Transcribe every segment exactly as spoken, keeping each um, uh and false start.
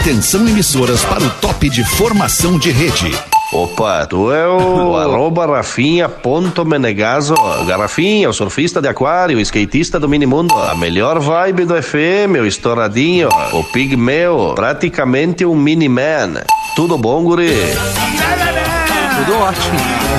Atenção emissoras para o top de formação de rede. Opa, tu é o arroba Rafinha ponto Menegaso. Garrafinha, o surfista de aquário, o skatista do minimundo, a melhor vibe do F M, o estouradinho, o pigmeu, praticamente um mini-man. Tudo bom, guri? Tudo ótimo.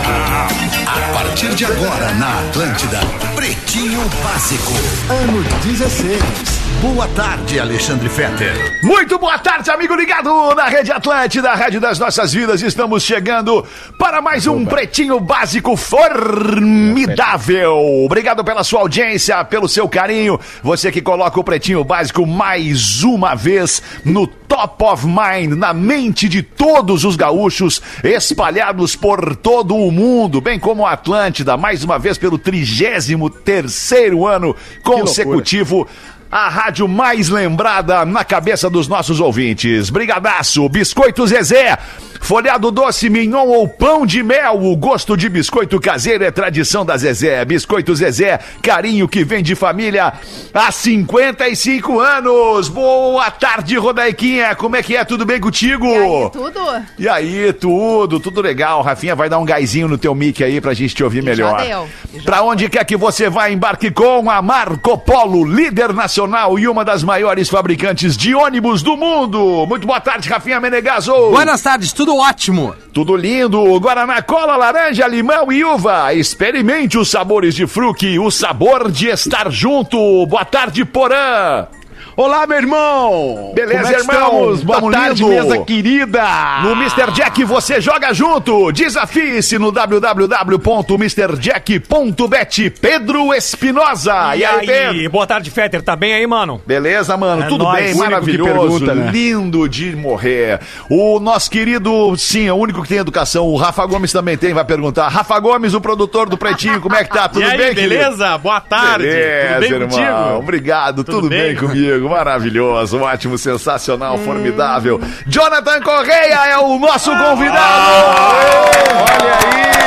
A partir de agora, na Atlântida, Pretinho Básico, ano dezesseis. Boa tarde, Alexandre Fetter. Muito boa tarde, amigo ligado na Rede Atlântida, a Rádio das Nossas Vidas. Estamos chegando para mais um Pretinho Básico formidável. Obrigado pela sua audiência, pelo seu carinho. Você que coloca o Pretinho Básico mais uma vez no top of mind, na mente de todos os gaúchos espalhados por todo o mundo, bem como a Atlântida, mais uma vez pelo trigésimo terceiro ano consecutivo. A rádio mais lembrada na cabeça dos nossos ouvintes. Brigadaço, Biscoito Zezé, folhado doce, mignon ou pão de mel. O gosto de biscoito caseiro é tradição da Zezé. Biscoito Zezé, carinho que vem de família há cinquenta e cinco anos. Boa tarde, Rodaiquinha. Como é que é? Tudo bem contigo? E aí, tudo? E aí, tudo, tudo legal. Rafinha vai dar um gásinho no teu mic aí pra gente te ouvir melhor. Já deu. Já pra onde quer que você vá, embarque com a Marco Polo, líder nacional e uma das maiores fabricantes de ônibus do mundo. Muito boa tarde, Rafinha Menegaso. Boas tardes, tudo ótimo. Tudo lindo. Guaraná, cola, laranja, limão e uva. Experimente os sabores de Fruc, o sabor de estar junto. Boa tarde, Porã. Olá, meu irmão! Beleza, Como é que irmão? estamos? Boa Tamo tarde, lindo. mesa querida! No mister Jack você joga junto. Desafie-se no w w w ponto mister jack ponto bet. Pedro Espinosa. E, e aí, Pedro? aí, boa tarde, Fetter. Tá bem aí, mano? Beleza, mano? É Tudo nóis. bem, O único maravilhoso, que pergunta, né? lindo de morrer. O nosso querido, sim, é o único que tem educação, o Rafa Gomes também tem, vai perguntar. Rafa Gomes, o produtor do Pretinho, como é que tá? Tudo e aí, bem, beleza? querido? Boa tarde. Beleza, Tudo bem irmão. contigo? Obrigado, tudo, Tudo bem? bem? comigo, maravilhoso. Ótimo, sensacional, formidável. Jonathan Correia é o nosso convidado! Olha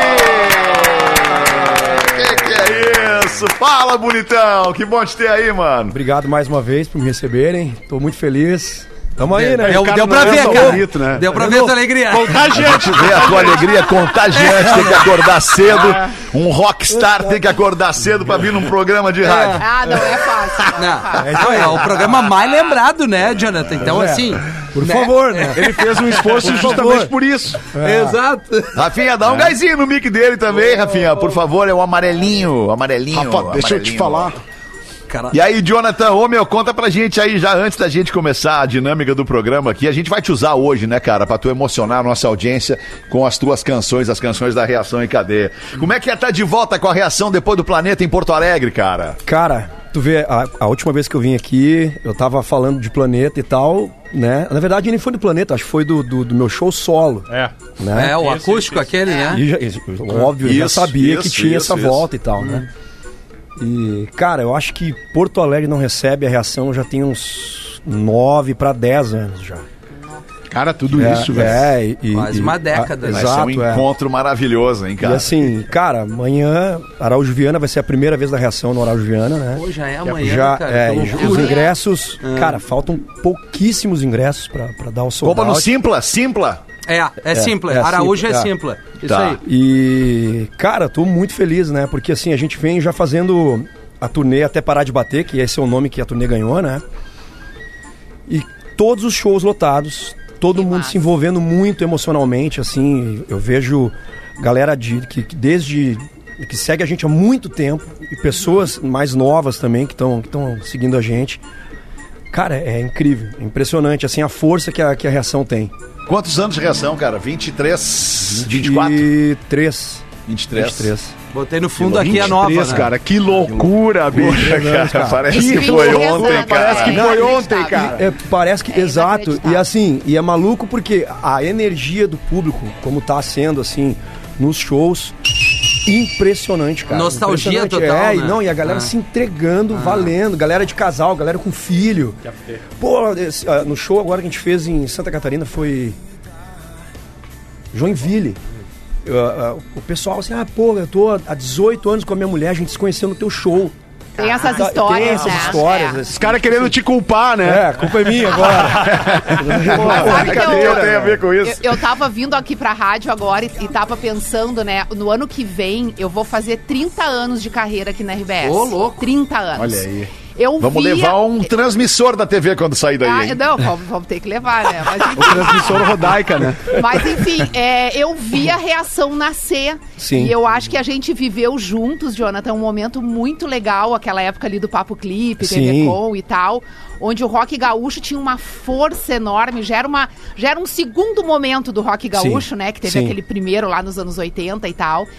aí! Que que é isso? Fala, bonitão! Que bom te ter aí, mano! Obrigado mais uma vez por me receberem. Tô muito feliz. Tamo aí, né? Deu, O cara deu não pra é ver, tão cara. bonito, né? Deu pra ver a tua alegria. A gente vê a tua alegria contagiante, tem que acordar cedo. Um rockstar tem que acordar cedo pra vir num programa de rádio. Ah, não é fácil. Não, é fácil. Não, é o programa mais lembrado, né, Jonathan? Então, É. assim... Por né? favor, né? Ele fez um esforço Por justamente favor. por isso. Exato. Rafinha, dá um gásinho no mic dele também, Rafinha, por favor, é o amarelinho, amarelinho. Rafa, deixa eu te amarelinho. falar. Cara, E aí, Jonathan, ô meu, conta pra gente aí, já antes da gente começar a dinâmica do programa aqui, a gente vai te usar hoje, né, cara, pra tu emocionar a nossa audiência com as tuas canções, as canções da Reação em Cadeia. Como é que é estar de volta com a Reação depois do Planeta em Porto Alegre, cara? Cara, tu vê, a, a última vez que eu vim aqui, eu tava falando de Planeta e tal, né? Na verdade, nem foi do Planeta, acho que foi do, do, do meu show solo. É. Né? é, o Isso, acústico isso, aquele, né? E já, isso, óbvio, eu já Isso, sabia isso, que tinha isso, essa isso. volta e tal, né? E, cara, eu acho que Porto Alegre não recebe a Reação já tem uns nove para dez anos já. Cara, tudo É, isso, velho. é, e, e- Quase uma e- década. a- Vai Exato, ser um é. encontro maravilhoso, hein, E cara? assim, cara, amanhã, Araújo Viana vai ser a primeira vez da Reação no Araújo Viana, né? Pô, já é amanhã, Já, cara. é, que e loucura. os ingressos, cara, faltam pouquíssimos ingressos pra, pra dar o sold Compra no out. Simpla, Simpla. É, é, simples. é Araújo simples, é é. simples. Isso Tá. aí. E, cara, tô muito feliz, né? Porque assim, a gente vem já fazendo a turnê Até Parar de Bater, que esse é o nome que a turnê ganhou, né? E todos os shows lotados, todo Que mundo massa. se envolvendo muito emocionalmente, assim. Eu vejo galera de, que, que desde que segue a gente há muito tempo e pessoas mais novas também que estão que estão seguindo a gente. Cara, é incrível, é impressionante, assim, a força que a, que a Reação tem. Quantos anos de Reação, cara? vinte e três, vinte e quatro? vinte e três. vinte e três. vinte e três. Botei no fundo aqui a nova, vinte e três, né? cara, que loucura, bicho. Cara, parece que Que foi loucura, ontem, cara. Parece que Não, foi inacreditável. ontem, cara. É, parece que, É exato, e inacreditável. assim, e é maluco porque a energia do público, como tá sendo, assim, nos shows, impressionante, cara. Nostalgia Impressionante. total, É, e né? não, e a galera Ah. se entregando, valendo, galera de casal, galera com filho. Pô, esse, ah, no show agora que a gente fez em Santa Catarina foi Joinville. Eu, ah, o pessoal assim, ah, pô, eu tô há dezoito anos com a minha mulher, a gente se conheceu no teu show. Tem essas histórias, Tem essas né? histórias. É. assim. Os caras querendo te culpar, né? É, a culpa é minha agora. Mas sabe que Brincadeira, eu, tem a ver com isso. eu, eu tava vindo aqui pra rádio agora e, e tava pensando, né? No ano que vem, eu vou fazer trinta anos de carreira aqui na R B S. Ô, louco. trinta anos. Olha aí. Eu Vamos via... levar um transmissor da T V quando sair daí, Ah, hein? não, vamos, vamos ter que levar, né? Mas enfim, Transmissora rodaica, né? mas, enfim é, eu vi a reação nascer. Sim. E eu acho que a gente viveu juntos, Jonathan, um momento muito legal, aquela época ali do Papo Clipe, T V Sim. Com e tal, onde o rock gaúcho tinha uma força enorme, já era, uma, já era um segundo momento do rock gaúcho, Sim. né? Que teve Sim. aquele primeiro lá nos anos oitenta e tal.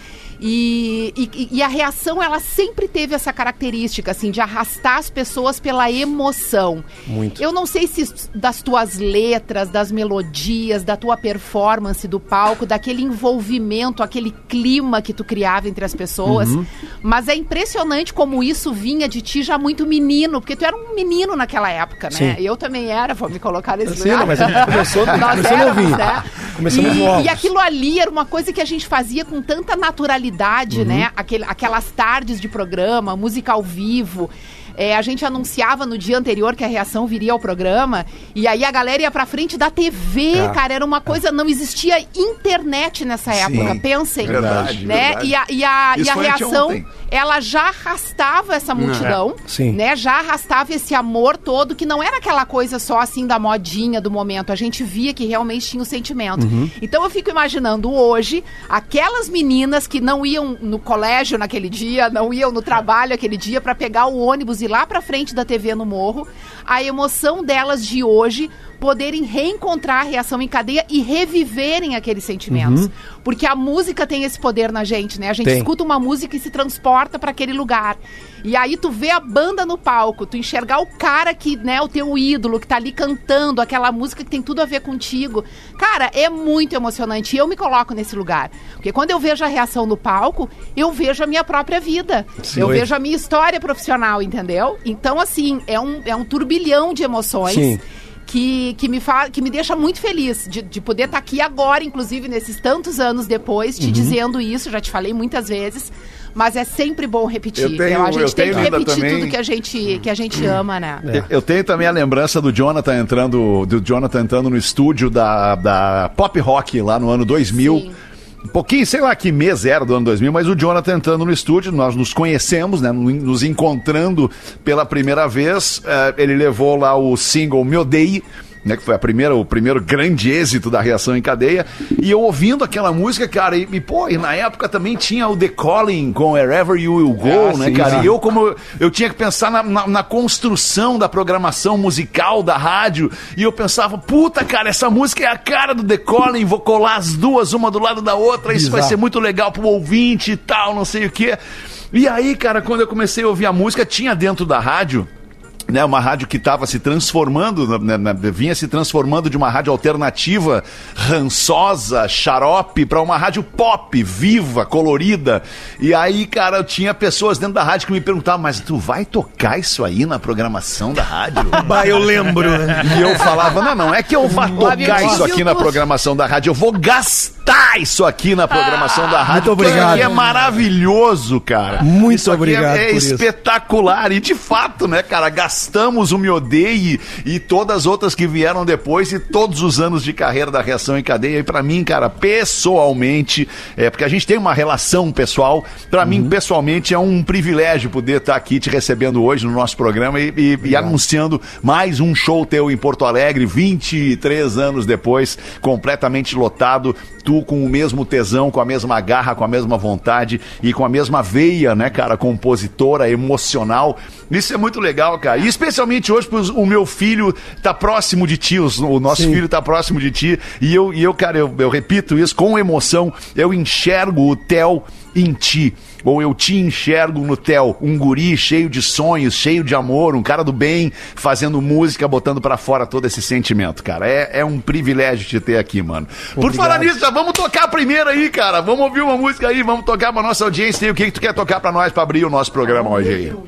E, e, e a reação, ela sempre teve essa característica, assim, de arrastar as pessoas pela emoção. Muito. Eu não sei se das tuas letras, das melodias, da tua performance do palco, daquele envolvimento, aquele clima que tu criava entre as pessoas, Uhum. mas é impressionante como isso vinha de ti já muito menino, porque tu era um menino naquela época, né? Sim. Eu também era, vou me colocar nesse Sim, lugar. mas a gente começou- Nós começou éramos, novinho. né? Começamos e, novos. e aquilo ali era uma coisa que a gente fazia com tanta naturalidade, Uhum. né? Aquele, aquelas tardes de programa, música ao vivo. É, a gente anunciava no dia anterior que a reação viria ao programa e aí a galera ia pra frente da T V, É. cara. Era uma coisa, não existia internet nessa época, pensem. Verdade, né? verdade. E a, e a, Isso e a foi reação, anteontem. ela já arrastava essa multidão, Sim. né? Já arrastava esse amor todo, que não era aquela coisa só assim da modinha do momento. A gente via que realmente tinha o sentimento. Uhum. Então eu fico imaginando hoje aquelas meninas que não iam no colégio naquele dia, não iam no trabalho aquele dia pra pegar o ônibus e ir lá pra frente da T V no Morro, a emoção delas de hoje poderem reencontrar a reação em cadeia e reviverem aqueles sentimentos. Uhum. Porque a música tem esse poder na gente, né? A gente Tem. escuta uma música e se transporta pra aquele lugar. E aí tu vê a banda no palco, tu enxergar o cara que, né, o teu ídolo, que tá ali cantando aquela música que tem tudo a ver contigo. Cara, é muito emocionante. E eu me coloco nesse lugar. Porque quando eu vejo a reação no palco, eu vejo a minha própria vida. Sim. Eu Oi. vejo a minha história profissional, entendeu? Então, assim, é um, é um turbilhão de emoções. Sim. Que, que, me fa... que me deixa muito feliz de, de poder estar aqui agora, inclusive nesses tantos anos depois, te dizendo isso, já te falei muitas vezes, mas é sempre bom repetir. Eu tenho- a gente eu tem tenho que ainda repetir também- tudo que a gente, que a gente ama, né? É. Eu- Eu tenho também a lembrança do Jonathan entrando, do Jonathan entrando no estúdio da, da Pop Rock lá no ano dois mil. Sim. Um pouquinho, sei lá que mês era do ano dois mil, mas o Jonathan entrando no estúdio, nós nos conhecemos, né, nos encontrando pela primeira vez. eh, ele levou lá o single Me Odeie, né, que foi a primeira, o primeiro grande êxito da reação em cadeia. E eu ouvindo aquela música, cara, e, e pô, e na época também tinha o The Calling com Wherever You Will Go, Ah, né, sim, cara? sim. E eu, como eu, eu tinha que pensar na, na, na construção da programação musical da rádio, e eu pensava, puta, cara, essa música é a cara do The Calling, vou colar as duas, uma do lado da outra, isso vai Exato. ser muito legal pro ouvinte e tal, não sei o quê. E aí, cara, quando eu comecei a ouvir a música, tinha dentro da rádio, né, uma rádio que estava se transformando, né, né, vinha se transformando de uma rádio alternativa, rançosa, xarope, para uma rádio pop, viva, colorida. E aí, cara, eu tinha pessoas dentro da rádio que me perguntavam, mas tu vai tocar isso aí na programação da rádio? Bah, eu lembro, né? E eu falava, não, não é que eu vá tocar aviãozinho isso aqui na do- programação da rádio, eu vou gastar isso aqui na programação da rádio. muito obrigado. Que é maravilhoso, cara. Muito isso aqui obrigado É, é por isso. espetacular. E de fato, né, cara, gastamos o Me Odeie e todas as outras que vieram depois e todos os anos de carreira da Reação em Cadeia. E pra mim, cara, pessoalmente, é porque a gente tem uma relação pessoal, pra mim, Uhum. pessoalmente, é um privilégio poder estar aqui te recebendo hoje no nosso programa e, e- e anunciando mais um show teu em Porto Alegre, vinte e três anos depois, completamente lotado, tu com o mesmo tesão, com a mesma garra, com a mesma vontade e com a mesma veia, né, cara, compositora, emocional. Isso é muito legal, cara. E especialmente hoje, porque o meu filho tá próximo de ti, os- o nosso Sim. filho tá próximo de ti. E eu, e eu cara, eu, eu repito isso com emoção. Eu enxergo o Theo em ti. Ou eu te enxergo no Theo, um guri cheio de sonhos, cheio de amor, um cara do bem, fazendo música, botando pra fora todo esse sentimento, cara. É, é um privilégio te ter aqui, mano. Por Obrigado. falar nisso, já vamos tocar primeiro aí, cara. Vamos ouvir uma música aí, vamos tocar pra nossa audiência. E o que, que tu quer tocar pra nós pra abrir o nosso programa hoje aí?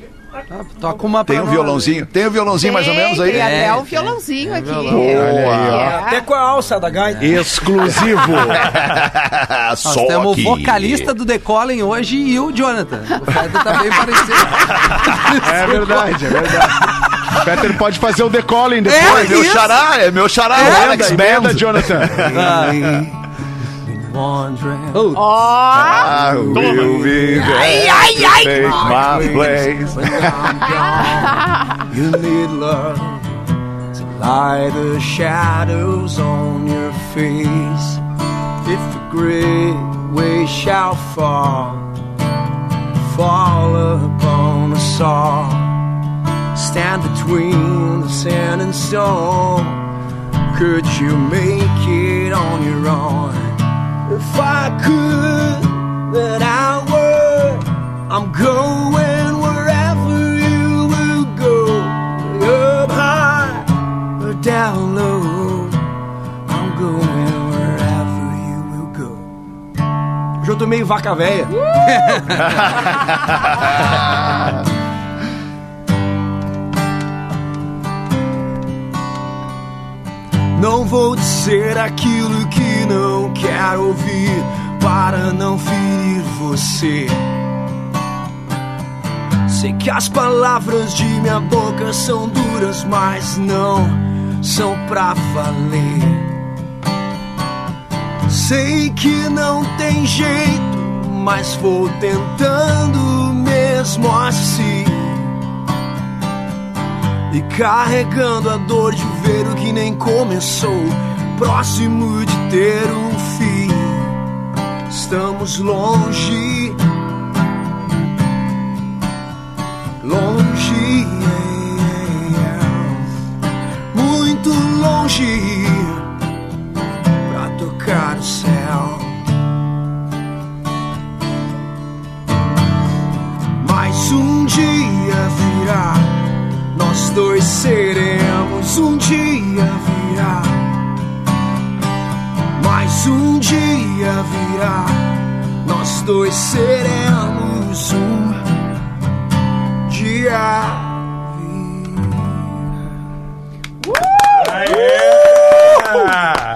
Ah, toca uma pra Tem um nós. violãozinho? Tem um violãozinho mais ou Tem, menos aí? Tem até É, um violãozinho aqui. Boa. Até com a alça da gaita. Exclusivo. Nós Só temos aqui. o vocalista do The Calling hoje e o Jonathan. O Fetter tá bem parecido. É verdade, é verdade. O Peter pode fazer o decalling depois. É meu isso. xará, é meu xará, É, o Alex emenda, Band. Jonathan. Ó, I will be there ai, ai, to ai. take my place. You need love to light the shadows on your face. If a great wave shall fall, fall upon us all. Stand between the sand and stone. Could you make it on your own? If I could, then I would. I'm going wherever you will go. Up high or down low. I'm going wherever you will go. Hoje eu tô meio vaca véia. Não vou dizer aquilo que não quero ouvir para não ferir você. Sei que as palavras de minha boca são duras, mas não são pra valer. Sei que não tem jeito, mas vou tentando mesmo assim. E carregando a dor de ver o que nem começou, próximo de ter um fim. Estamos longe, longe, muito longe, pra tocar o céu. Mas um dia virá, nós dois seremos, um dia virá. Mas um dia virá, nós dois seremos, um dia Ah,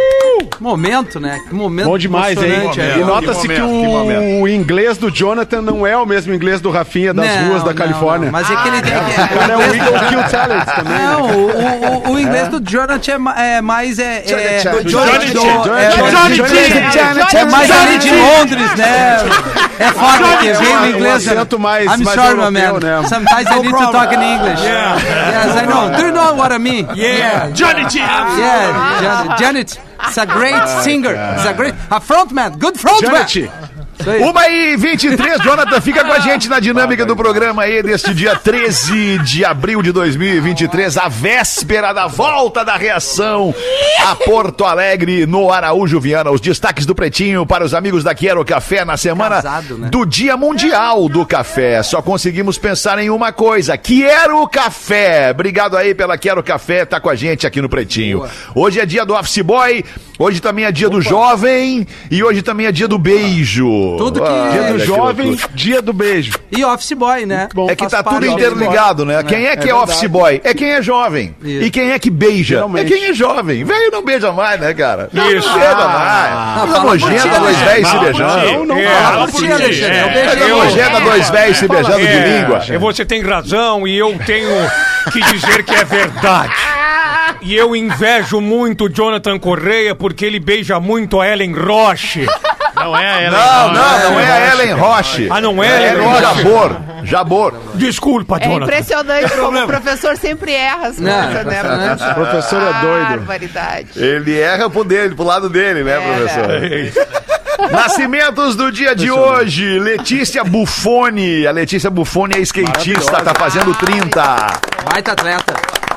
Momento, né? Que momento bom demais, hein? emocionante aí. E nota-se Que que, momento, que o momento. inglês do Jonathan não é o mesmo inglês do Rafinha das Não, ruas da não, Califórnia. não, mas é que ele tem que... O cara é o Eagle Kill Talent também. Não, o, o, o inglês do Jonathan é, ma- é mais... É, é, Johnny, do Johnny, do- Johnny, é, Johnny, Johnny, Johnny, é mais Johnny, ali de Londres, né? É foda que vem um o inglês. acento mais- I'm mais sorry, my europeu, man. né? Sometimes I No need to problem. talk in English. Yes, I know. Do you know what I mean? Yeah, Johnny T. Yeah, Jan- Janet. It's a great singer. It's a great... A frontman. Good frontman. Janet, Isso aí. Uma e vinte e três, Jonathan, fica com a gente na dinâmica do programa aí deste dia treze de abril de dois mil e vinte e três, a véspera da volta da reação a Porto Alegre no Araújo Viana. Os destaques do Pretinho para os amigos da Quero Café na semana Casado, né? do Dia Mundial do Café. Só conseguimos pensar em uma coisa: Quero Café. Obrigado aí pela Quero Café, tá com a gente aqui no Pretinho. Boa. Hoje é dia do Office Boy, hoje também é dia do jovem e hoje também é dia do beijo. Tudo que- dia Olha do que jovem, loucura. dia do beijo. E office boy, né? bom. É que Faz tá tudo parte interligado, né? Quem é que é, é office verdade. boy? É quem é jovem. Isso. E quem é que beija? Geralmente. É quem é jovem. Velho não beija mais, né, cara? Isso. Não beija mais. Coisa fala nojenta, por ti, dois né? velhos se Não, beijando. Não, não É, fala Fala por por ti. ti, Alexandre. é. Eu beijo Coisa Eu- nojenta, dois velhos se beijando de É, língua. e você tem razão e eu tenho que dizer que é verdade. E eu invejo muito o Jonathan Correia porque ele beija muito a Ellen Roche. Não é a Ellen. Não, não, não é a Ellen Roche. Ah, não é É a a Ellen Ellen Roche? Jabor. Jabor. Desculpa, É Jonathan. impressionante como o professor sempre erra as Não, coisas, né? impressionante. O professor é doido. Barbaridade. Ele erra pro dele, pro lado dele, né, É, professor? Nascimentos do dia de hoje, Letícia Buffoni. A Letícia Buffoni é skatista, tá fazendo trinta. Baita atleta.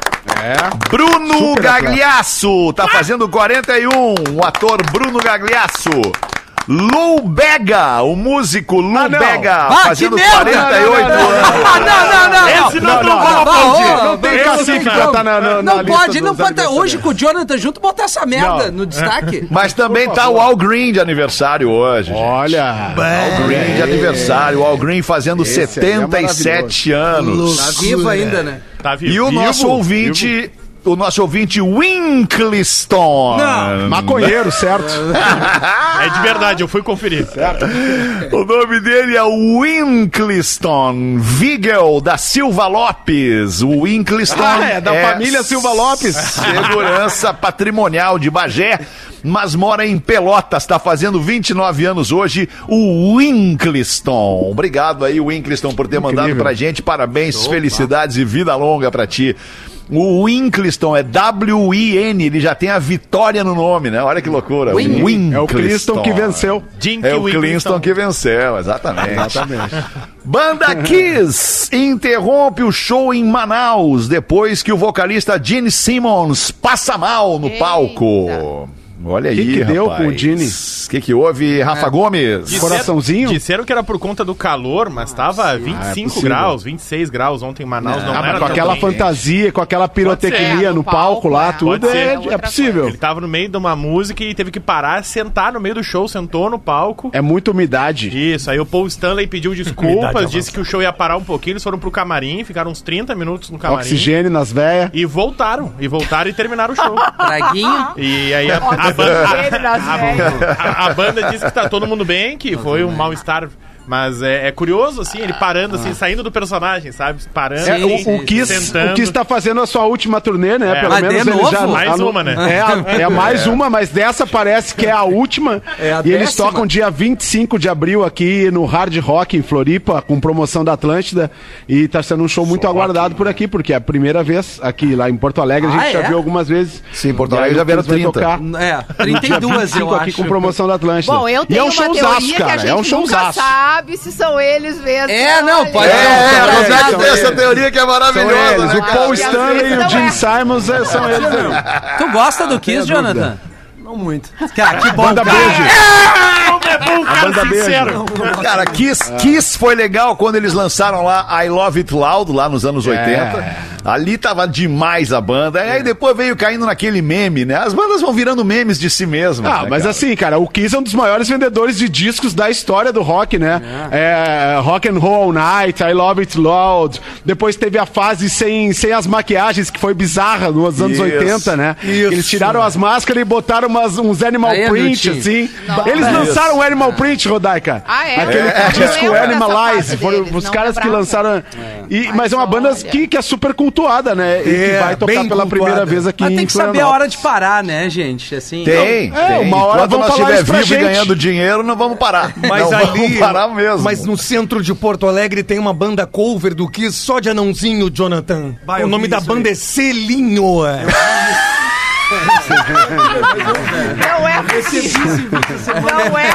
Bruno Super atleta. Gagliasso, tá fazendo quarenta e um. O ator Bruno Gagliasso. Lou Bega, o músico Lou Ah, não. Bega, Ah, fazendo que merda! quarenta e oito Não, não, não, anos. Ah, não, não, não, não. Esse não, Não, não, não, vamos não, aplaudir. não, Não tem Esse cacife não. pra estar na, na, na Não lista pode, não dos pode. Hoje aniversariantes. com o Jonathan junto, botar essa merda Não. no destaque. Mas também tá o Al Green de aniversário hoje. gente. Olha. Al Green de aniversário, o Al Green fazendo Esse aí é setenta e sete anos. Tá vivo ainda, né? Tá vivo. E o nosso Vivo, ouvinte, o nosso ouvinte Winkliston. Não. Maconheiro, certo? É de verdade, eu fui conferir. O nome dele é Winkliston Vigel da Silva Lopes. O Winkliston Ah, é da família Silva Lopes. Segurança patrimonial de Bagé, mas mora em Pelotas. Está fazendo vinte e nove anos hoje. O Winkliston. Obrigado aí, Winkliston, por ter Incrível. mandado pra gente. Parabéns, felicidades e vida longa pra ti. O Winkliston é W I N, ele já tem a vitória no nome, né? Olha que loucura. Win- É o Cliston que venceu. Dink É o Winkliston. Cliston que venceu, exatamente. Exatamente. Banda Kiss interrompe o show em Manaus depois que o vocalista Gene Simmons passa mal no Eita. palco. Olha aí, Que que deu rapaz. com o Gene? O que que houve, Rafa Gomes? Disseram- Coraçãozinho? Disseram que era por conta do calor, mas tava vinte e cinco possível. graus, vinte e seis graus ontem em Manaus. Não, Ah, era mas com tão aquela quente. fantasia, com aquela pirotecnia ser. no palco lá, Pode tudo ser. é, Outra é possível. Ele tava no meio de uma música e teve que parar, sentar no meio do show, sentou no palco. É muita umidade. Isso, aí o Paul Stanley pediu desculpas, disse que o show ia parar um pouquinho, eles foram pro camarim, ficaram uns trinta minutos no camarim. Oxigênio nas veias. E voltaram, e voltaram e terminaram o show. Traguinho. E aí a, a banda, a, a banda disse que tá todo mundo bem, que foi um mal-estar. Mas é, é curioso, assim, ele parando, assim, saindo do personagem, sabe? Parando, É, assim, o, o, Kiss, sentando. o Kiss tá fazendo a sua última turnê, né? É. Pelo Mas menos de ele novo? já. Mais anu- uma, né? É, a- é mais uma, mas dessa parece que é a última. É a e eles décima. tocam dia vinte e cinco de abril aqui no Hard Rock em Floripa, com promoção da Atlântida. E tá sendo um show muito aguardado por aqui, porque é a primeira vez aqui lá em Porto Alegre. A gente Ah, já é? viu algumas vezes. Sim, Porto E aí Alegre já o vieram Kiss vai trinta. tocar É, trinta e dia duas, vinte e cinco eu aqui acho. com promoção da Atlântida. Bom, eu E tenho é um uma showzaço, teoria que a cara. gente É um nunca showzaço. sabe se são eles mesmo. É, não, pode É, não. o é, Zé são tem essa eles. teoria que é São maravilhosa, eles. né, O cara? Paul Porque às Stanley vezes e o não Gene é. Simons é, são eles mesmo. Tu gosta do Kiss, Sem dúvida. Jonathan? Não muito. Cara, que bom, Banda cara. beijo. É bom, cara, banda beijo. sincero. Cara, Kiss, Kiss foi legal quando eles lançaram lá I Love It Loud, lá nos anos oitenta. Ali tava demais a banda. E aí depois veio caindo naquele meme, né? As bandas vão virando memes de si mesmas. Ah, né, mas cara? assim, cara, o Kiss é um dos maiores vendedores de discos da história do rock, né? É, Rock and Roll All Night, I Love It Loud. Depois teve a fase sem, sem as maquiagens, que foi bizarra nos anos Isso. oitenta, né? Isso. Eles tiraram as máscaras e botaram umas, uns animal Aí é print, Miltinho. assim. Nossa. Eles Isso. lançaram o animal print, Rodaica. Ah, é? Aquele É. disco Eu lembro Animalize. dessa fase Foram deles, os não caras que lembrava. lançaram. E, Mas mas é uma banda olha. que, que é super cultuada, né? E que É, vai tocar bem pela primeira cultuada. vez aqui Mas em tem que saber a Florianópolis. hora de parar, né, gente? Assim, Tem, É, tem. uma hora Enquanto vão nós falar estiver isso pra vivo e gente. ganhando dinheiro, não vamos parar. Mas não ali, vamos parar mesmo. mas no centro de Porto Alegre tem uma banda cover do Kiss só de anãozinho, Jonathan. Vai, o eu nome vi da isso banda é Selinho. é. Não é possível. Não é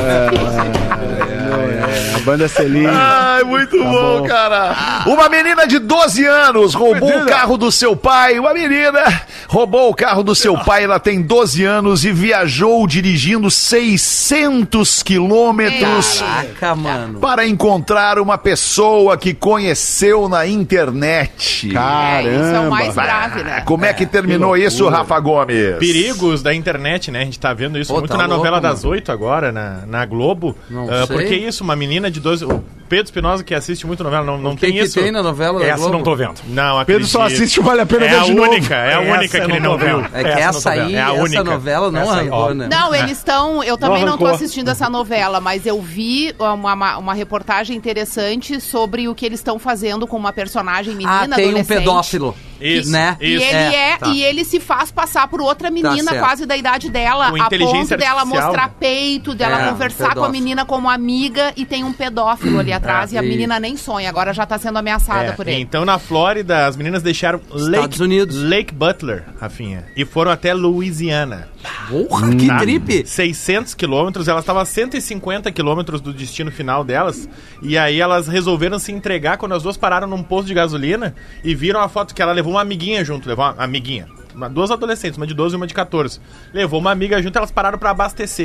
possível. A banda Selinho. Ai, muito bom, bom. cara. Uma menina de doze anos roubou o carro do seu pai. Uma menina roubou o carro do seu pai. Ela tem doze anos e viajou dirigindo seiscentos quilômetros Caraca, mano. para encontrar uma pessoa que conheceu na internet. É, isso é o mais Caramba. grave, né? Como é que terminou isso, Rafa Gomes? Perigos da internet, né? A gente tá vendo isso Pô, muito tá na novela louco, das oito agora, na, na Globo. Não Ah, sei. porque isso, uma menina de doze... O Pedro Espinosa, que assiste muito novela, não, não O que tem que isso. tem na novela da Essa Globo? não tô vendo. Não, Pedro só acredito. assiste Vale a Pena É Ver a de novo. única, é a Essa única que eu ele não não tô viu. vendo. É que Essa eu não essa tô vendo. aí, É a essa única. novela não Essa aí, arrancou, ó. né? Não, eles estão. Eu também não, tô arrancou. assistindo essa novela, mas eu vi uma, uma, uma reportagem interessante sobre o que eles estão fazendo com uma personagem menina. Ah, tem um adolescente. pedófilo. Isso, né? E isso. ele é, É, tá. e ele se faz passar por outra menina certo. quase da idade dela, Com a inteligência ponto dela artificial, mostrar né? peito, dela É, conversar com a pedófilo. menina como amiga e tem um pedófilo ali atrás e a e- menina nem sonha, agora já tá sendo ameaçada É, por ele. então na Flórida, as meninas deixaram Lake, Estados Unidos. Lake Butler, Rafinha, e foram até Louisiana. Porra, que Tá? trip. seiscentos quilômetros, elas estavam a cento e cinquenta quilômetros do destino final delas. E aí elas resolveram se entregar quando as duas pararam num posto de gasolina e viram a foto que ela levou uma amiguinha junto, levou uma amiguinha. Uma, duas adolescentes, uma de doze e uma de quatorze. Levou uma amiga junto, elas pararam pra abastecer.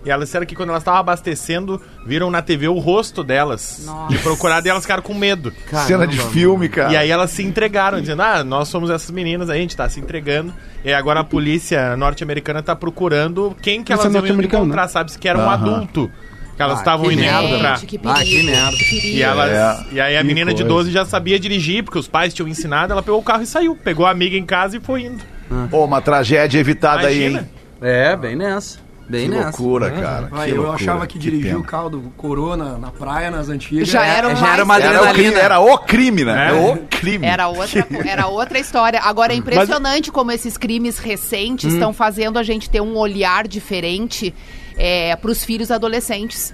E elas disseram que quando elas estavam abastecendo, viram na T V o rosto delas. Nossa. De procurar, e elas ficaram com medo. Cena de filme, cara. E aí elas se entregaram, dizendo, ah, nós somos essas meninas, aí a gente tá se entregando. E agora a polícia norte-americana tá procurando quem que elas iam encontrar, né? Sabe? Se que era um Aham. adulto. Que elas Ah, estavam que indo merda. encontrar. Gente, que Ah, perigo. que merda. que perigo. E, elas, É, e aí a que menina de coisa. doze já sabia dirigir, porque os pais tinham ensinado, ela pegou o carro e saiu. Pegou a amiga em casa e foi indo. Pô, uma tragédia evitada aí, Imagina. hein? É, bem nessa. Bem Que nessa. loucura, cara. Ah, que eu loucura. achava que dirigir pena. o carro do Corona na praia, nas antigas. Já era, já mais- era uma Era o, adrenalina. crime, era o crime, né? É. É o crime. Era outra, era outra história. Agora é impressionante como esses crimes recentes estão fazendo a gente ter um olhar diferente é, para os filhos adolescentes.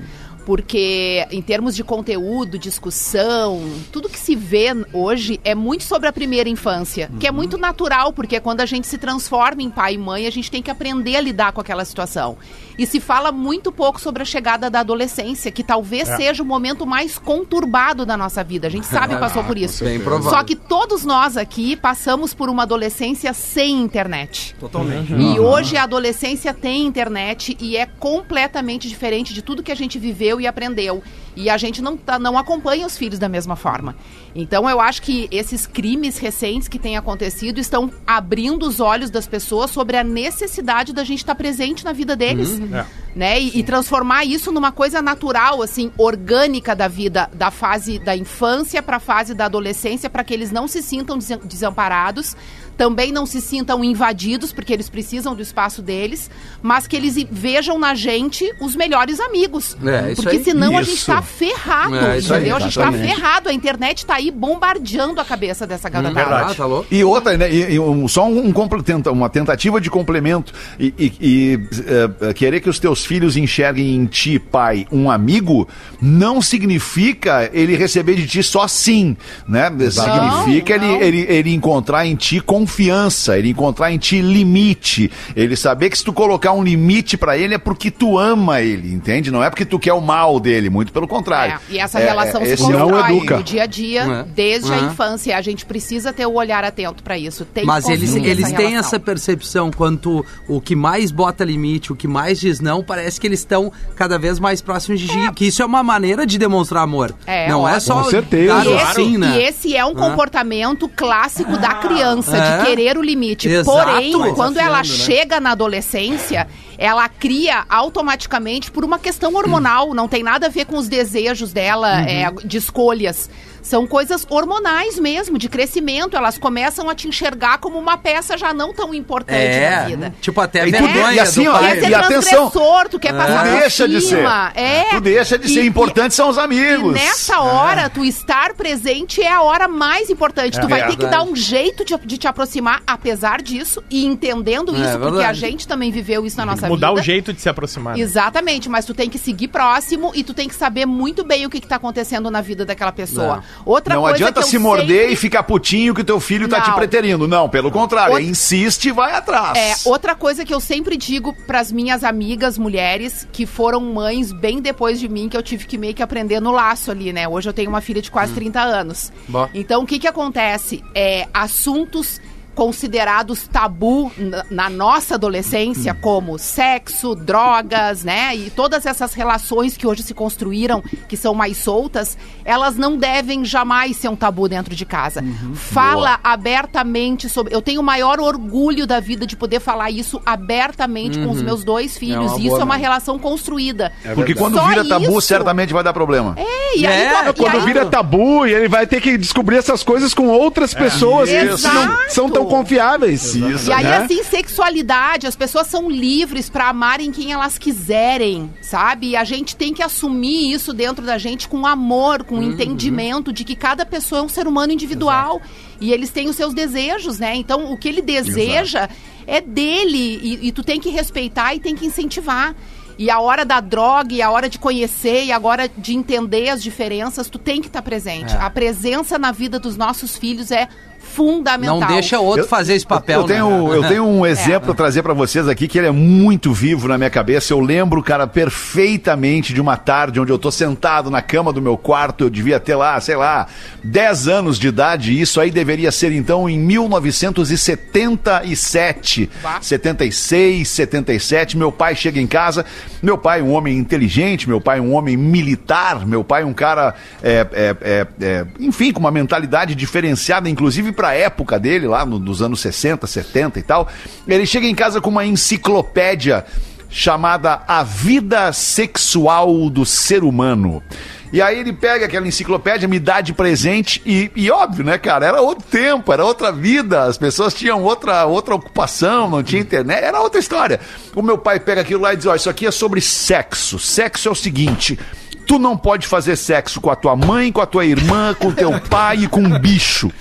Porque em termos de conteúdo, discussão, tudo que se vê hoje é muito sobre a primeira infância, que é muito natural, porque quando a gente se transforma em pai e mãe, a gente tem que aprender a lidar com aquela situação. E se fala muito pouco sobre a chegada da adolescência, que talvez seja o momento mais conturbado da nossa vida. A gente sabe que passou por isso. Bem provável. Só que todos nós aqui passamos por uma adolescência sem internet. Totalmente. E hoje a adolescência tem internet e é completamente diferente de tudo que a gente viveu e aprendeu. E a gente não, tá, não acompanha os filhos da mesma forma. Então eu acho que esses crimes recentes que têm acontecido estão abrindo os olhos das pessoas sobre a necessidade da gente estar presente na vida deles. É. Né? E, e transformar isso numa coisa natural, assim, orgânica da vida, da fase da infância para a fase da adolescência, para que eles não se sintam desen- desamparados, também não se sintam invadidos, porque eles precisam do espaço deles, mas que eles i- vejam na gente os melhores amigos. É, isso porque aí. senão a Isso. gente tá ferrado, É, isso aí, entendeu? A gente tá exatamente. ferrado, a internet tá aí bombardeando a cabeça dessa garotada. Ah, tá louco? E outra, né? E, e um- só um, um comple- tenta- uma tentativa de complemento. E, e- e, eh, querer que os teus filhos enxerguem em ti, pai, um amigo, não significa ele receber de ti só sim, né? Significa Não, ele, não. ele, ele encontrar em ti confiança, ele encontrar em ti limite, ele saber que se tu colocar um limite pra ele é porque tu ama ele, entende? Não é porque tu quer o mal dele, muito pelo contrário. É, e essa É, relação é, se esse não constrói educa. no dia a dia, É. desde a É. infância. A gente precisa ter o olhar atento pra isso. Tem Mas que eles, construir eles têm relação. essa percepção quanto o que mais bota limite, o que mais diz não, parece que eles estão cada vez mais próximos de ti. Que isso é uma maneira de demonstrar amor. É, não é óbvio. só Com certeza. dar o E esse, assim, né? e esse é um comportamento clássico da criança, É. de querer o limite. Exato. Porém, Mas quando ela desafiando, né? chega na adolescência, ela cria automaticamente por uma questão hormonal. Não tem nada a ver com os desejos dela, é, de escolhas. São coisas hormonais mesmo, de crescimento. Elas começam a te enxergar como uma peça já não tão importante na É, vida. tipo até E tu- vergonha e assim, do ó, pai. Quer ser e atenção, transgressor, tu quer passar Tu por deixa de ser. cima. É. Tu deixa de E- ser. e- Importante são os amigos. E nessa hora, tu estar presente é a hora mais importante. Tu É vai ter que verdade. dar um jeito de, de te aproximar, apesar disso, e entendendo isso, porque verdade. a gente também viveu isso na nossa Mudar vida. o jeito de se aproximar. né? Exatamente, mas tu tem que seguir próximo e tu tem que saber muito bem o que, que tá acontecendo na vida daquela pessoa. Outra Não coisa adianta que eu se morder sempre- e ficar putinho que teu filho tá Não. te preterindo. Não, pelo contrário. Outra- Insiste e vai atrás. É, outra coisa que eu sempre digo pras minhas amigas mulheres que foram mães bem depois de mim, que eu tive que meio que aprender no laço ali, né? Hoje eu tenho uma filha de quase trinta anos. Bom. Então, o que que acontece? É, assuntos considerados tabu na, na nossa adolescência, como sexo, drogas, né? E todas essas relações que hoje se construíram, que são mais soltas, elas não devem jamais ser um tabu dentro de casa. Fala abertamente sobre... Eu tenho o maior orgulho da vida de poder falar isso abertamente com os meus dois filhos. uma e isso boa é uma mesmo. relação construída. Porque quando Só vira tabu, isso- certamente vai dar problema. É, e aí... É, e Quando aí- vira tabu e ele vai ter que descobrir essas coisas com outras pessoas que Exato. não são tão confiáveis. Isso, E aí, né? assim, sexualidade, as pessoas são livres pra amarem quem elas quiserem, sabe? E a gente tem que assumir isso dentro da gente com amor, com entendimento de que cada pessoa é um ser humano individual. E eles têm os seus desejos, né? Então, o que ele deseja é dele. E, e tu tem que respeitar e tem que incentivar. E a hora da droga, e a hora de conhecer, e a hora de entender as diferenças, tu tem que estar presente. A presença na vida dos nossos filhos é fundamental. Não deixa outro Eu- fazer esse papel, Eu tenho, né? eu tenho um exemplo a trazer pra vocês aqui que ele é muito vivo na minha cabeça. Eu lembro, cara, perfeitamente de uma tarde onde eu tô sentado na cama do meu quarto. Eu devia ter lá, sei lá, dez anos de idade. E isso aí deveria ser então em mil novecentos e setenta e sete, Bah. setenta e seis, setenta e sete. Meu pai chega em casa. Meu pai, um homem inteligente. Meu pai, um homem militar. Meu pai, um cara, é, é, é, é, enfim, com uma mentalidade diferenciada, inclusive pra época dele, lá no, dos anos sessenta, setenta e tal. Ele chega em casa com uma enciclopédia chamada A Vida Sexual do Ser Humano. E aí ele pega aquela enciclopédia, me dá de presente e, e óbvio, né, cara, era outro tempo, era outra vida, as pessoas tinham outra, outra ocupação, não tinha internet, era outra história. O meu pai pega aquilo lá e diz, ó, isso aqui é sobre sexo. Sexo é o seguinte, tu não pode fazer sexo com a tua mãe, com a tua irmã, com teu pai e com um bicho.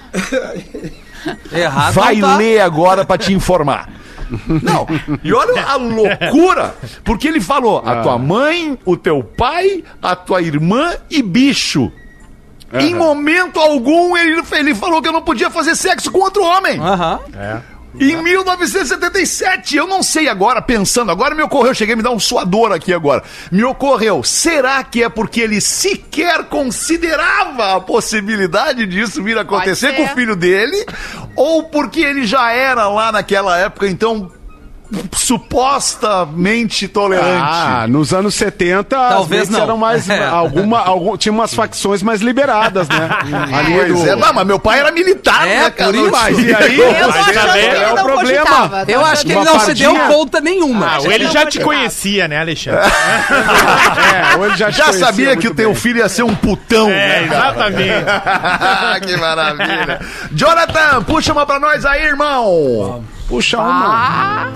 Errado Vai não tá. ler agora pra te informar. Não, e olha a loucura, porque ele falou, a tua mãe, o teu pai, a tua irmã e bicho. Em momento algum ele, ele falou que eu não podia fazer sexo com outro homem. Aham. Em mil novecentos e setenta e sete, eu não sei agora, pensando, agora me ocorreu, cheguei a me dar um suador aqui agora. Me ocorreu, será que é porque ele sequer considerava a possibilidade disso vir a acontecer Pode com ser. o filho dele? Ou porque ele já era lá naquela época, então, supostamente tolerante? Ah, nos anos setenta, Talvez as mentes não. eram mais. É. Alguma, algum, tinha umas facções mais liberadas, né? Ali Pois do- é, não, mas meu pai era militar, É, né, cara? por isso. Mas e aí, Eu tô mas achando que também ele é o não problema. cogitava, tá Eu acho achando que ele Uma não se deu fardinha? conta nenhuma. Ah, Acho ou que ele não já foi te errado. conhecia, né, Alexandre? É, ou ele já, te Já conhecia sabia que muito o teu bem. filho ia ser um putão, É, né, cara? exatamente. Que maravilha. Jonathan, puxa uma pra nós aí, irmão. Puxa uma.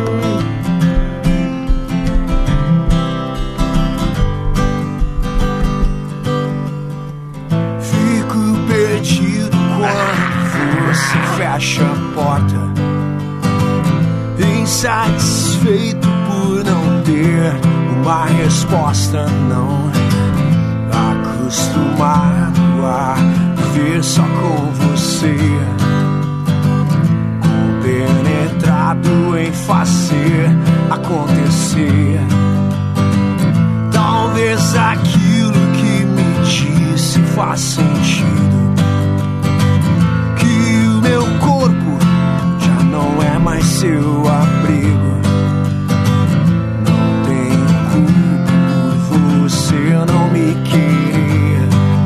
Fico perdido quando você fecha a porta. Insatisfeito por não ter uma resposta, não. Acostumado a viver só com você. Compenetrado em fazer acontecer. Talvez aquilo que me disse faz sentido. Que o meu corpo já não é mais seu abrigo. Não tenho culpa por você não me querer.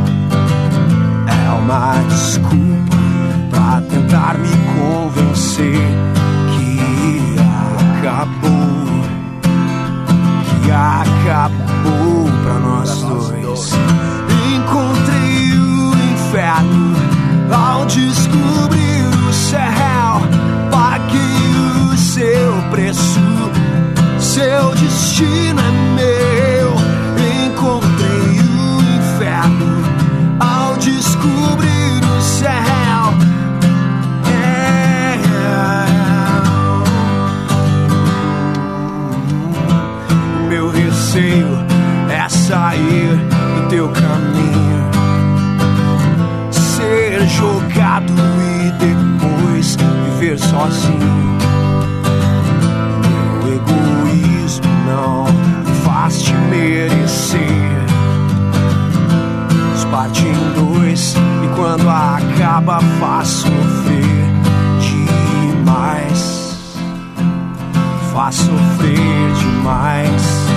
É uma desculpa pra tentar me convencer que acabou. Que acabou pra nós dois. Encontrei o inferno ao descobrir o céu. Paguei o seu preço, seu destino é meu. Encontrei o inferno ao descobrir o céu. É. O meu receio é sair do teu caminho, ser jogado e depois viver sozinho. Meu egoísmo não me faz te merecer. Nos parte em dois e quando acaba faz sofrer demais. Faz sofrer demais.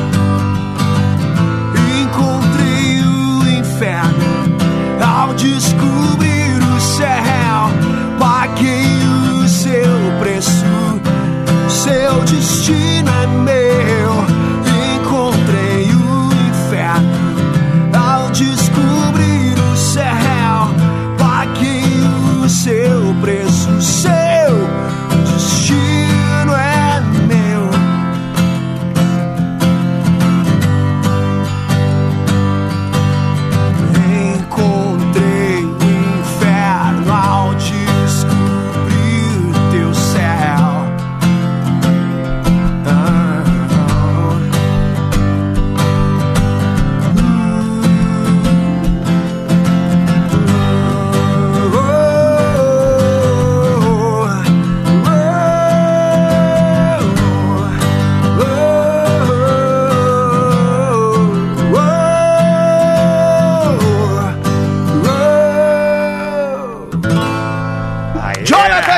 Encontrei o inferno ao descobrir o céu. Paguei o seu preço, seu destino é meu. Encontrei o inferno ao descobrir o céu. Paguei o seu preço, seu destino é meu.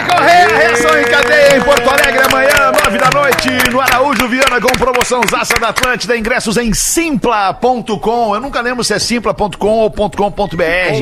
Correia, reação em cadeia em Porto Alegre amanhã, nove da noite, no Araújo Viana com promoção Zaça da Atlântida, ingressos em simpla ponto com. Eu nunca lembro se é simpla ponto com ou .com.br. .com.br.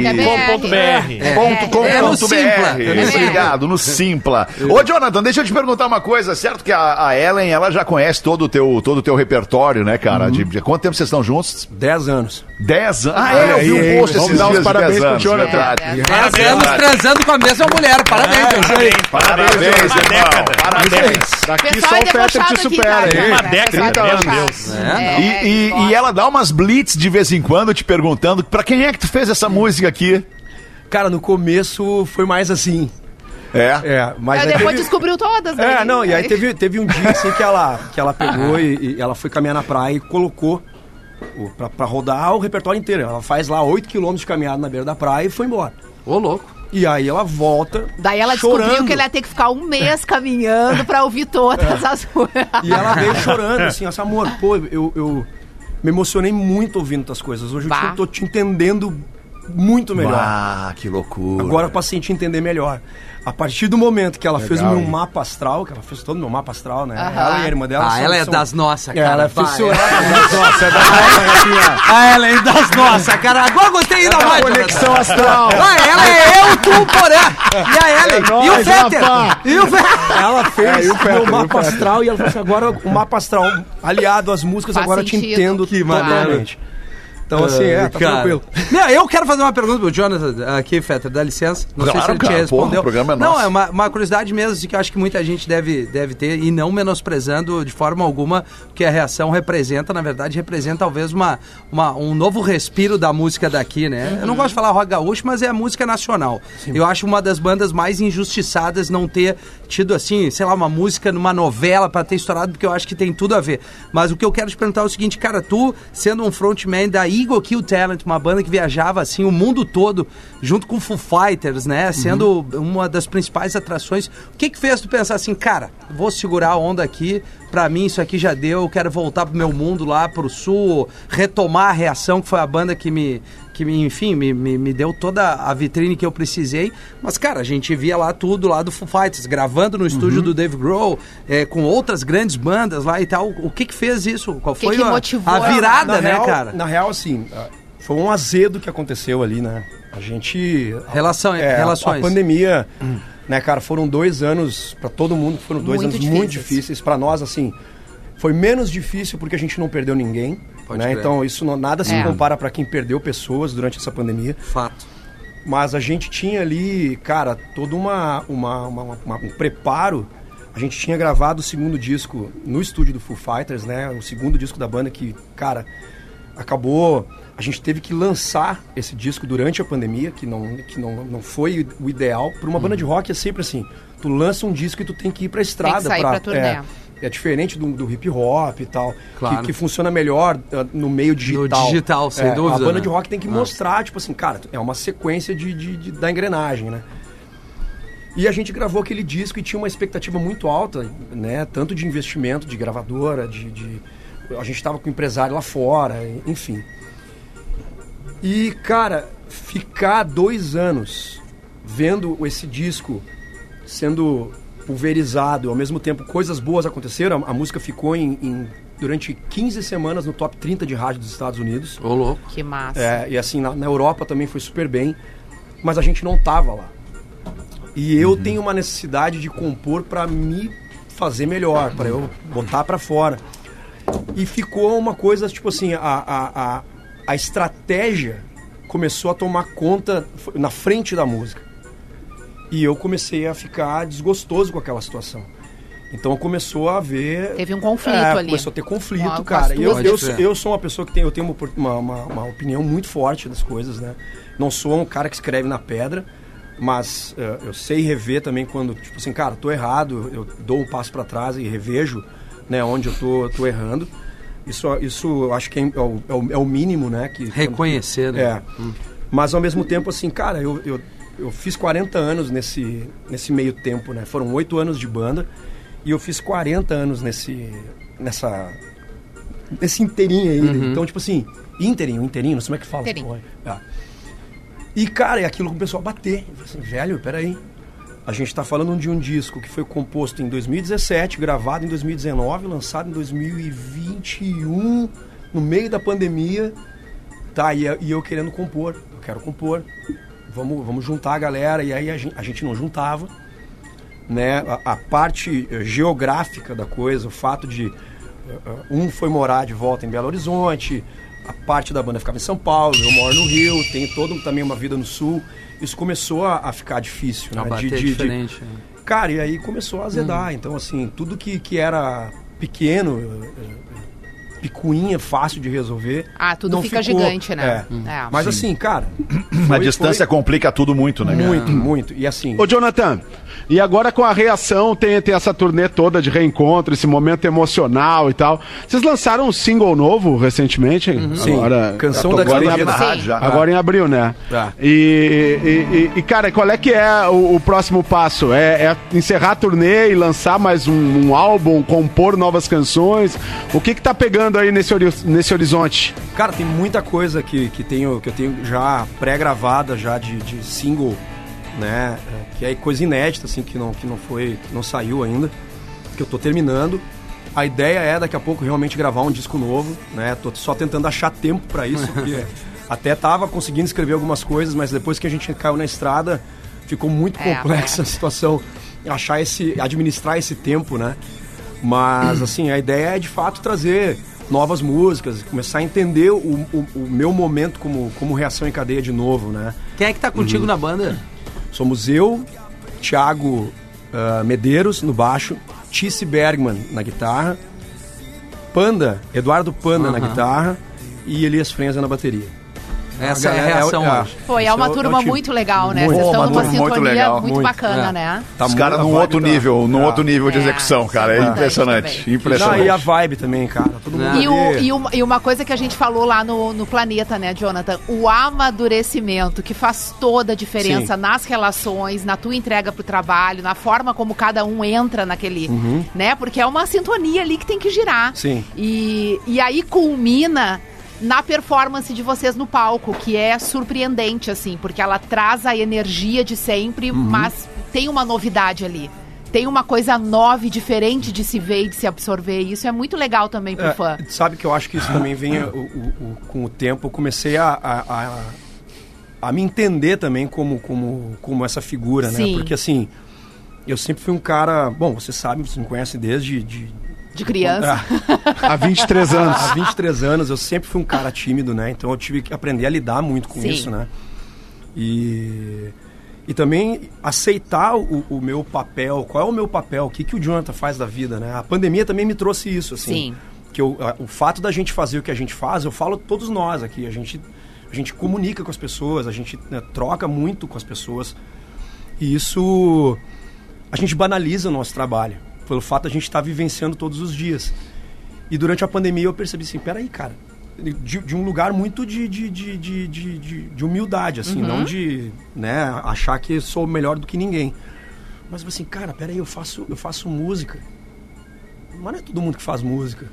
Ponto com É no ponto Simpla. br. Obrigado, no Simpla. Ô, Jonathan, deixa eu te perguntar uma coisa, certo que a, a Ellen, ela já conhece todo o teu, todo o teu repertório, né, cara? De, de quanto tempo vocês estão juntos? Dez anos. Dez anos? Ah, é, eu vi um post Vamos esses dar os dias de parabéns dez pro anos. Jonathan. Verdade. Dez anos transando com a mesma mulher. Parabéns, Jonathan. Parabéns, irmão. Parabéns. Daqui Pessoal só é o Fetter debochado te aqui, supera. cara. hein? Uma Cara, década, pessoal é meu debochado. Deus. É, E, e- gosta. e ela dá umas blitz de vez em quando te perguntando pra quem é que tu fez essa música aqui? Cara, no começo foi mais assim. É. É, mas Aí aí depois teve- descobriu todas, né? É, não, e aí teve, teve um dia assim que ela, que ela pegou e, e ela foi caminhar na praia e colocou o, pra, pra rodar o repertório inteiro. Ela faz lá oito quilômetros de caminhada na beira da praia e foi embora. Ô, louco. E aí ela volta. Daí ela chorando. descobriu que ele ia ter que ficar um mês caminhando pra ouvir todas as coisas. E ela veio chorando, assim, assim, amor, pô, eu, eu me emocionei muito ouvindo tuas coisas. Hoje eu Bah. te- tô te entendendo muito melhor. Ah, que loucura. Agora eu passei a te entender melhor. A partir do momento que ela fez o Legal, meu hein? mapa astral, que ela fez todo o meu mapa astral, né? Aham. Ela e a irmã dela. Ah, são- ela é são- das nossas, É, cara. ela é Vai, fissurada. Nossa, é da nossa, Rafinha. A Ellen das nossas, cara. Agora gostei ainda mais. Conexão astral. Vai, ela é eu, tu, Porã. E a Ellen. É e o nóis, Fetter. rapá. E o Fetter. Ela fez É, e o o Fetter, meu e o mapa Fetter. astral e ela falou assim, agora o mapa astral aliado às músicas, Faz agora eu te sentido. entendo Que maneiro. totalmente. Então assim, é, tá Cara. tranquilo. Não, eu quero fazer uma pergunta pro Jonathan aqui, Fetter, dá licença. Não sei Claro, se ele cara, te respondeu. porra, o programa é não, nosso. é uma, uma curiosidade mesmo, assim, que eu acho que muita gente deve, deve ter, e não menosprezando de forma alguma o que a reação representa. Na verdade, representa talvez uma, uma, um novo respiro da música daqui, né? Eu não gosto de falar rock gaúcho, mas é a música nacional. Eu acho uma das bandas mais injustiçadas não ter tido, assim, sei lá, uma música numa novela pra ter estourado, porque eu acho que tem tudo a ver. Mas o que eu quero te perguntar é o seguinte, cara, tu, sendo um frontman da Eagle Kill Talent, uma banda que viajava, assim, o mundo todo, junto com Foo Fighters, né, sendo uma das principais atrações, o que que fez tu pensar assim, cara, vou segurar a onda aqui, pra mim isso aqui já deu, eu quero voltar pro meu mundo lá pro sul, retomar a Reação, que foi a banda que me... que, me, enfim, me, me, me deu toda a vitrine que eu precisei. Mas, cara, a gente via lá tudo lá do Foo Fighters, gravando no estúdio do Dave Grohl, é, com outras grandes bandas lá e tal. O que que fez isso? Qual Que foi que a, motivou? a virada, Na né, real- cara? Na real, assim, ah, foi um azedo que aconteceu ali, né? A gente... Relação, é, relações. A pandemia, né, cara, foram dois anos, pra todo mundo, foram dois Muito anos muito difíceis. difíceis. Pra nós, assim, foi menos difícil porque a gente não perdeu ninguém, Pode né? crer. Então, isso não, nada se É. compara pra quem perdeu pessoas durante essa pandemia. Fato. Mas a gente tinha ali, cara, todo uma, uma, uma- uma- um preparo. A gente tinha gravado o segundo disco no estúdio do Foo Fighters, né? O segundo disco da banda que, cara, acabou... A gente teve que lançar esse disco durante a pandemia, que não, que não, não foi o ideal. Para uma banda de rock é sempre assim, tu lança um disco e tu tem que ir pra estrada. sair pra turnê. É, é diferente do, do hip hop e tal, Claro. que, que funciona melhor uh, no meio digital. digital, sem É, dúvida, A banda né? de rock tem que Ah. mostrar, tipo assim, cara, é uma sequência de, de- de- da engrenagem, né? E a gente gravou aquele disco e tinha uma expectativa muito alta, né? Tanto de investimento, de gravadora, de... de- a gente estava com empresário lá fora, enfim. E, cara, ficar dois anos vendo esse disco sendo pulverizado, ao mesmo tempo coisas boas aconteceram, a, a música ficou em, em- durante quinze semanas no top trinta de rádio dos Estados Unidos. Ô, louco. Que massa. É, e assim, na, na Europa também foi super bem, mas a gente não tava lá. E eu tenho uma necessidade de compor para me fazer melhor, para eu botar para fora. E ficou uma coisa, tipo assim, a, a, a, a estratégia começou a tomar conta na frente da música. E eu comecei a ficar desgostoso com aquela situação. Então começou a haver... Teve um conflito É, ali. começou a ter conflito, Com a- com as cara. E eu, tuas- eu, Pode sou- crer. eu sou uma pessoa que tem, eu tenho uma, uma, uma, uma opinião muito forte das coisas, né? Não sou um cara que escreve na pedra, mas eh, eu sei rever também quando, tipo assim, cara, tô errado, eu dou um passo para trás e revejo, né, onde eu tô, tô errando. Isso, isso eu acho que é, o, é o- é o mínimo, né? Que, Reconhecer, né? É. Mas ao mesmo tempo, assim, cara, eu, eu, eu fiz quarenta anos nesse, nesse meio tempo, né? Foram oito anos de banda e eu fiz quarenta anos nesse, nessa, nesse inteirinho aí. Uhum. Então, tipo assim, inteirinho, inteirinho, não sei como é que fala. Inteirinho. Porra. É. E, cara, e aquilo começou a bater. Eu falei assim, velho, peraí. A gente está falando de um disco que foi composto em dois mil e dezessete, gravado em dois mil e dezenove, lançado em dois mil e vinte e um, no meio da pandemia. Tá, e, e eu querendo compor, eu quero compor. Vamos, vamos juntar a galera, e aí a gente, a gente não juntava. Né? A, a parte geográfica da coisa, o fato de uh, um foi morar de volta em Belo Horizonte, a parte da banda ficava em São Paulo, eu moro no Rio, tenho todo, também uma vida no Sul. Isso começou a, a ficar difícil, né? A bater de, de, diferente. de... Cara, e aí começou a azedar. Hum. Então, assim, tudo que, que era pequeno, picuinha, fácil de resolver. Ah, tudo não fica ficou. gigante, né? É. É. Mas assim, cara... A distância foi... complica tudo muito, né? Muito, muito. E assim... Ô, Jonathan, e agora com a reação, tem, tem essa turnê toda de reencontro, esse momento emocional e tal. Vocês lançaram um single novo recentemente? Uhum. Sim, agora, Canção da Despedida. Agora em abril, né? Tá. E, e, e, cara, qual é que é o, o próximo passo? É, é encerrar a turnê e lançar mais um, um álbum, compor novas canções? O que que tá pegando aí nesse, ori nesse horizonte? Cara, tem muita coisa que, que, tenho, que eu tenho já pré-gravada já de, de single, né? Que é coisa inédita, assim, que não, que não foi, que não saiu ainda, que eu tô terminando. A ideia é daqui a pouco realmente gravar um disco novo, né? Tô só tentando achar tempo pra isso, porque até tava conseguindo escrever algumas coisas, mas depois que a gente caiu na estrada, ficou muito é, complexa é. a situação, achar esse, administrar esse tempo, né? Mas, assim, a ideia é de fato trazer novas músicas, começar a entender o, o, o meu momento como, como reação em cadeia de novo, né? Quem é que tá contigo Uhum. na banda? Somos eu, Thiago uh, Medeiros no baixo, Tice Bergman na guitarra, Panda, Eduardo Panda Uhum. na guitarra e Elias Frenza na bateria. Essa é a reação é, hoje. Foi, é uma turma muito legal, né? Muito. Vocês estão Uma numa turma muito sintonia legal. muito, Muito. bacana, É. né? Tá Os caras muito- num a outro vibe tá- nível, num É. outro nível de É, execução, cara. É importante impressionante, também. impressionante. Não, e a vibe também, cara. Todo mundo E, o, ali- e, uma, e uma coisa que a gente falou lá no, no Planeta, né, Jonathan? O amadurecimento, que faz toda a diferença Sim. nas relações, na tua entrega pro trabalho, na forma como cada um entra naquele, Uhum. né? Porque é uma sintonia ali que tem que girar. Sim. E, e aí culmina na performance de vocês no palco, que é surpreendente, assim, porque ela traz a energia de sempre, Uhum. mas tem uma novidade ali. Tem uma coisa nova e diferente de se ver e de se absorver. E isso é muito legal também pro É, fã. sabe que eu acho que isso também vem o, o- o- com o tempo. Eu comecei a, a, a, a me entender também como, como, como essa figura, né? Sim. Porque assim, eu sempre fui um cara... Bom, você sabe, você me conhece desde... De, De criança. Ah, Há vinte e três anos. há vinte e três anos eu sempre fui um cara tímido, né? Então eu tive que aprender a lidar muito com Sim. isso, né? E, e também aceitar o, o meu papel. Qual é o meu papel? O que, que o Jonathan faz da vida, né? A pandemia também me trouxe isso, assim. Sim. Que eu, a, o fato da gente fazer o que a gente faz, eu falo todos nós aqui. A gente, a gente comunica com as pessoas, a gente, né, troca muito com as pessoas. E isso... A gente banaliza o nosso trabalho. Pelo fato de a gente estar vivenciando todos os dias. E durante a pandemia eu percebi assim, peraí, cara, de, de um lugar muito de, de, de, de, de, de- de humildade, assim, Uhum. não de, né, achar que sou melhor do que ninguém. Mas eu falei assim, cara, peraí, eu faço, eu faço música. Mas não é todo mundo que faz música.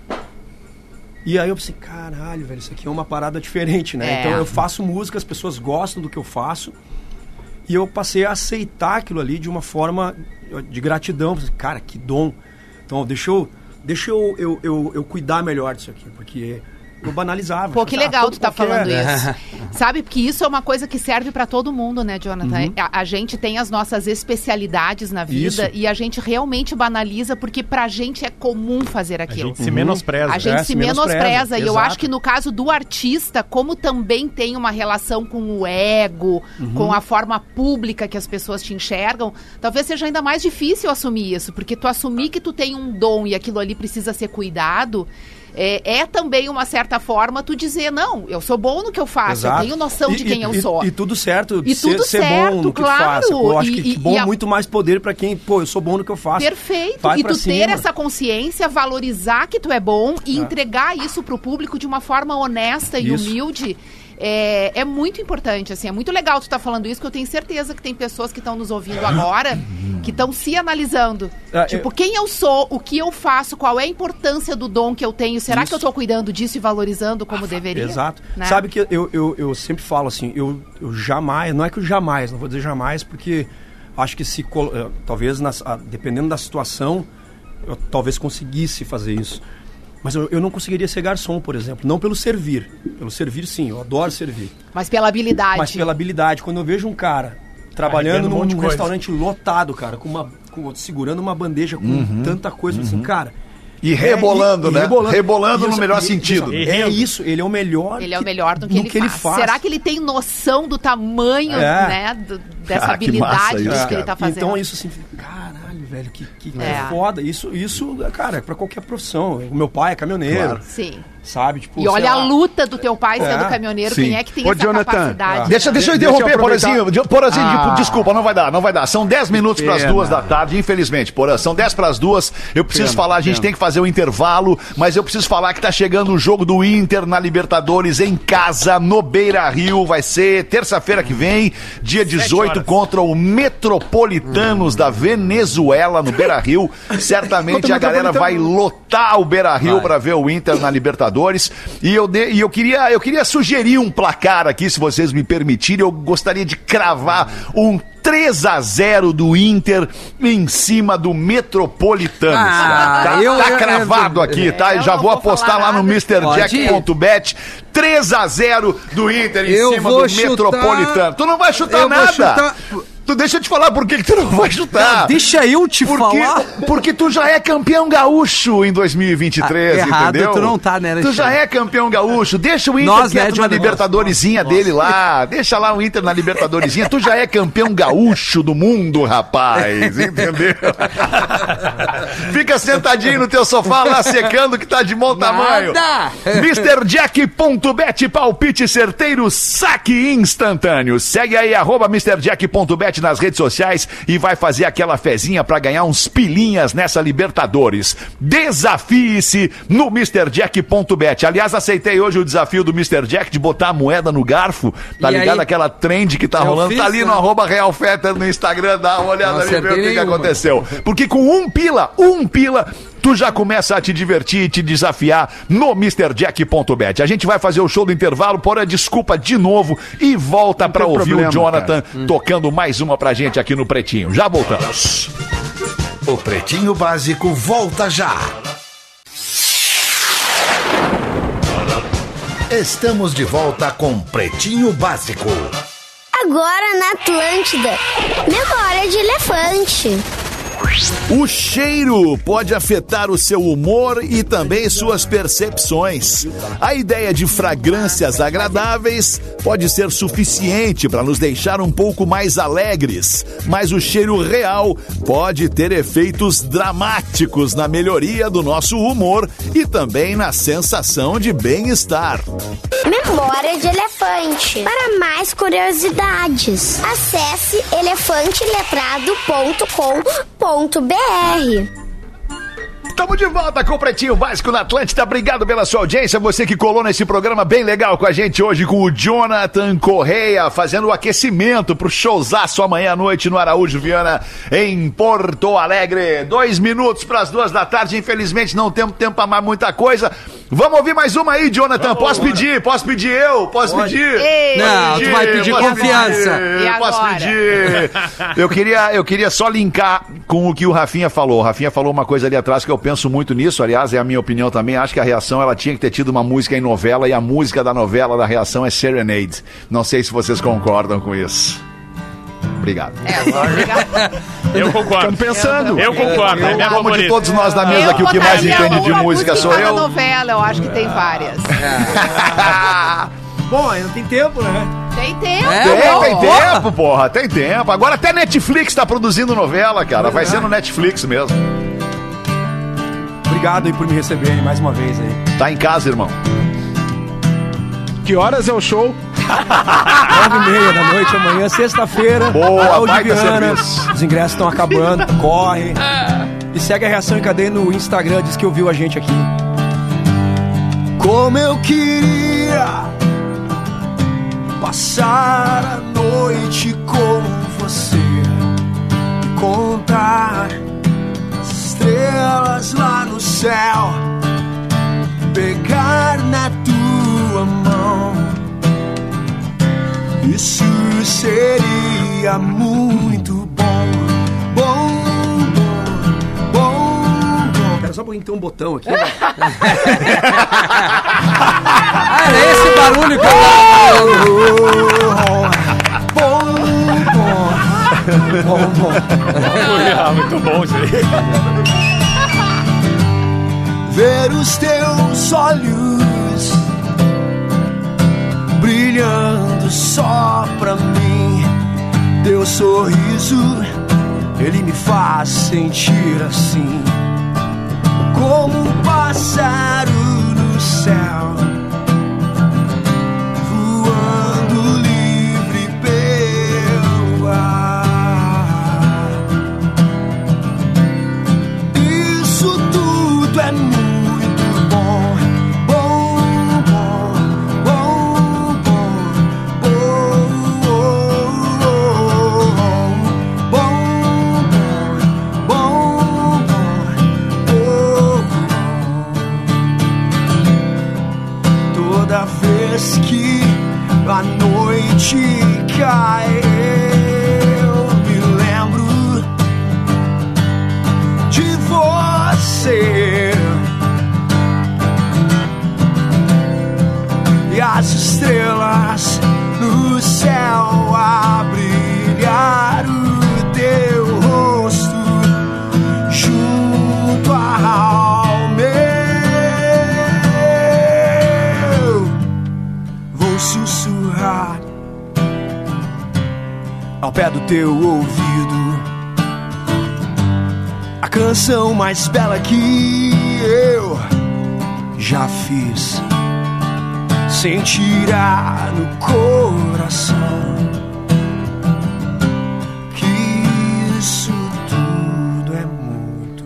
E aí eu pensei, caralho, velho, isso aqui é uma parada diferente, né? É. Então eu faço música, as pessoas gostam do que eu faço. E eu passei a aceitar aquilo ali de uma forma de gratidão. Cara, que dom. Então, deixa eu, deixa eu, eu, eu, eu cuidar melhor disso aqui, porque eu banalizava. Pô, que Ah, legal todo tu tá qualquer- falando isso. Sabe, porque isso é uma coisa que serve pra todo mundo, né, Jonathan? Uhum. A, a gente tem as nossas especialidades na vida Isso. e a gente realmente banaliza porque pra gente é comum fazer A aquilo. gente se menospreza. A gente É, se se menospreza. menospreza, E eu exato. acho que no caso do artista, como também tem uma relação com o ego, Uhum. com a forma pública que as pessoas te enxergam, talvez seja ainda mais difícil assumir isso. Porque tu assumir que tu tem um dom e aquilo ali precisa ser cuidado, é, é também uma certa forma tu dizer, não, eu sou bom no que eu faço, Exato. eu tenho noção E- de quem e- eu e- sou. E, tudo certo, E ser, tudo ser certo, bom no que claro. tu faça. Pô, eu acho E- que, e- que bom e a- muito mais poder pra quem, pô, eu sou bom no que eu faço. Perfeito. Vai E pra tu ter cima. essa consciência, valorizar que tu é bom e entregar isso pro público de uma forma honesta e Isso. humilde. É, é muito importante, assim, é muito legal tu estar falando isso, que eu tenho certeza que tem pessoas que estão nos ouvindo agora, que estão se analisando. Ah, tipo, eu- quem eu sou, o que eu faço, qual é a importância do dom que eu tenho, será Isso. que eu tô cuidando disso e valorizando como deveria? Exato. Né? Sabe que eu, eu, eu sempre falo assim, eu, eu jamais, não é que eu jamais, não vou dizer jamais, porque acho que se uh, talvez nas, uh, dependendo da situação, eu talvez conseguisse fazer isso. Mas eu, eu não conseguiria ser garçom, por exemplo. Não pelo servir. Pelo servir, sim, eu adoro servir. Mas pela habilidade. Mas pela habilidade. Quando eu vejo um cara trabalhando um num, monte de num coisa. restaurante lotado, cara, com uma, com, segurando uma bandeja com Uhum. tanta coisa, uhum. assim, cara... E rebolando, é, e, né? E rebolando, rebolando no isso, melhor e, sentido. Isso, é isso, ele é o melhor. Ele é o melhor do que, no ele, que faz. ele faz. Será que ele tem noção do tamanho, É. né, do, dessa Ah, que massa habilidade isso, disso que cara. ele tá fazendo? Então isso assim, caralho, velho, que, que É. foda. Isso, isso, cara, é pra qualquer profissão. O meu pai é caminhoneiro, Claro. Sim. sabe? Tipo, E olha sei a lá. luta do teu pai sendo É. caminhoneiro, Sim. quem é que tem Ô, essa Jonathan, capacidade? Deixa, deixa eu Deixa eu interromper, aproveitar. Porazinho. De- Porazinho, Ah. de- desculpa, não vai dar, não vai dar. São dez minutos para as pena. duas da tarde, infelizmente, Porã. São dez para as duas. Eu preciso Pena, falar, a gente pena. tem que fazer o intervalo, mas eu preciso falar que tá chegando o jogo do Inter na Libertadores em casa, no Beira-Rio. Vai ser terça-feira que vem, dia dezoito, horas. contra o Metropolitanos da Venezuela, no Beira-Rio. Certamente Contra o a galera vai Metropolitano. lotar o Beira-Rio Vai. para ver o Inter na Libertadores. E eu, de- e eu, queria, eu queria sugerir um placar aqui, se vocês me permitirem. Eu gostaria de cravar um três a zero do Inter em cima do Metropolitanos. Ah, cara. tá eu- tá eu- cravado eu- aqui, tá? eu Já não vou vou apostar falar lá no nada. mister jack ponto bet. três a zero do Inter em Eu cima vou do chutar- Metropolitano. Tu não vai chutar Eu vou nada. chutar- Tu deixa eu te falar por que que tu não vai chutar. Deixa eu te Porque, falar. porque tu já é campeão gaúcho em dois mil e vinte e três, Ah, errado, entendeu? tu não tá, né, Tu já Alexandre? é campeão gaúcho. Deixa o Inter Nós, né, quieto na Johnny? Libertadoresinha dele lá. Deixa lá o Inter na Libertadoresinha. Tu já é campeão gaúcho do mundo, rapaz. Entendeu? Fica sentadinho no teu sofá lá secando que tá de bom tamanho. Nada. mister jack ponto bet, palpite certeiro, saque instantâneo. Segue aí, arroba mister jack ponto bet nas redes sociais e vai fazer aquela fezinha pra ganhar uns pilinhas nessa Libertadores. Desafie-se no mister jack ponto bet. Aliás, aceitei hoje o desafio do mister Jack de botar a moeda no garfo. Tá E ligado? aí? Aquela trend que tá Eu rolando. fiz, tá ali né? no arroba Real Fetter no Instagram. Dá uma olhada Não ali e vê o acertei que, que nenhuma. aconteceu. Porque com um pila, um pila, tu já começa a te divertir e te desafiar no mister jack ponto bet. A gente vai fazer o show do intervalo, porém, desculpa de novo e volta pra tem ouvir problema, o Jonathan Hum. tocando mais uma pra gente aqui no Pretinho. Já voltamos. O Pretinho Básico volta já. Estamos de volta com Pretinho Básico. Agora na Atlântida. Memória de elefante. O cheiro pode afetar o seu humor e também suas percepções. A ideia de fragrâncias agradáveis pode ser suficiente para nos deixar um pouco mais alegres, mas o cheiro real pode ter efeitos dramáticos na melhoria do nosso humor e também na sensação de bem-estar. Memória de elefante. Para mais curiosidades, acesse elefante letrado ponto com ponto br. Estamos de volta com o Pretinho Básico na Atlântida. Obrigado pela sua audiência. Você que colou nesse programa bem legal com a gente hoje, com o Jonathan Correia, fazendo o aquecimento pro showzaço amanhã à noite no Araújo Viana, em Porto Alegre. Dois minutos para as duas da tarde. Infelizmente não temos tempo para mais muita coisa. Vamos ouvir mais uma aí, Jonathan. Vamos, Posso bora. pedir? Posso pedir eu? Posso Pode. pedir? Ei. Não, tu vai pedir Posso confiança. pedir? E Posso agora? pedir? Eu queria, eu queria só linkar com o que o Rafinha falou. O Rafinha falou uma coisa ali atrás que eu penso muito nisso. Aliás, é a minha opinião também. Acho que a Reação ela tinha que ter tido uma música em novela e a música da novela da Reação é Serenade. Não sei se vocês concordam com isso. Obrigado. É, vou pegar. Eu concordo. Estamos pensando. Eu concordo, é minha Como de favorita. todos nós na mesa Eu aqui, o que mais botaria entende de uma música sou cada eu. novela, eu acho que tem várias. Bom, ainda tem tempo, né? Tem tempo. É, Tem, tem Porra. tempo, porra, tem tempo. Agora até Netflix tá produzindo novela, cara. Vai ser no Netflix mesmo. Obrigado aí por me receberem mais uma vez aí. Tá em casa, irmão. Que horas é o show? Nove e meia da noite amanhã, sexta-feira. Boa, Araújo baita Viana. serviço. Os ingressos estão acabando, corre. E segue a Reação em Cadeia no Instagram, diz que ouviu a gente aqui. Como eu queria passar a noite com você e contar as estrelas lá no céu, pegar na tua mão. Isso seria muito bom. ou então um botão aqui. Né? Ah, era esse barulho que eu Bom, bom, bom, bom. Ah, muito bom isso aí. Ver os teus olhos brilhando só pra mim. Teu sorriso, ele me faz sentir assim, como um pássaro no céu, voando livre pelo ar. Isso tudo é muito bom, bom, bom, bom, bom, bom, bom, bom, bom, bom. Toda vez que a noite cai, eu me lembro de você. E as estrelas no céu a brilhar, o teu rosto junto ao meu. Vou sussurrar ao pé do teu ouvido a canção mais bela que eu já fiz. Sentirá no coração que isso tudo é muito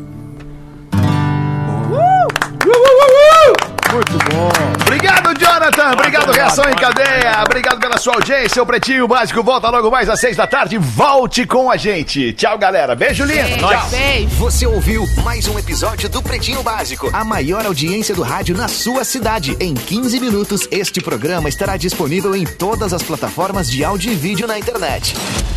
bom. Muito bom. Obrigado, Jonathan. Obrigado, Reação em Cadeia. Obrigado pela sua audiência. O Pretinho Básico volta logo mais às seis da tarde. Volte com a gente. Tchau, galera. Beijo lindo. Beijo, Tchau. beijo. Você ouviu mais um episódio do Pretinho Básico, a maior audiência do rádio na sua cidade. Em quinze minutos, este programa estará disponível em todas as plataformas de áudio e vídeo na internet.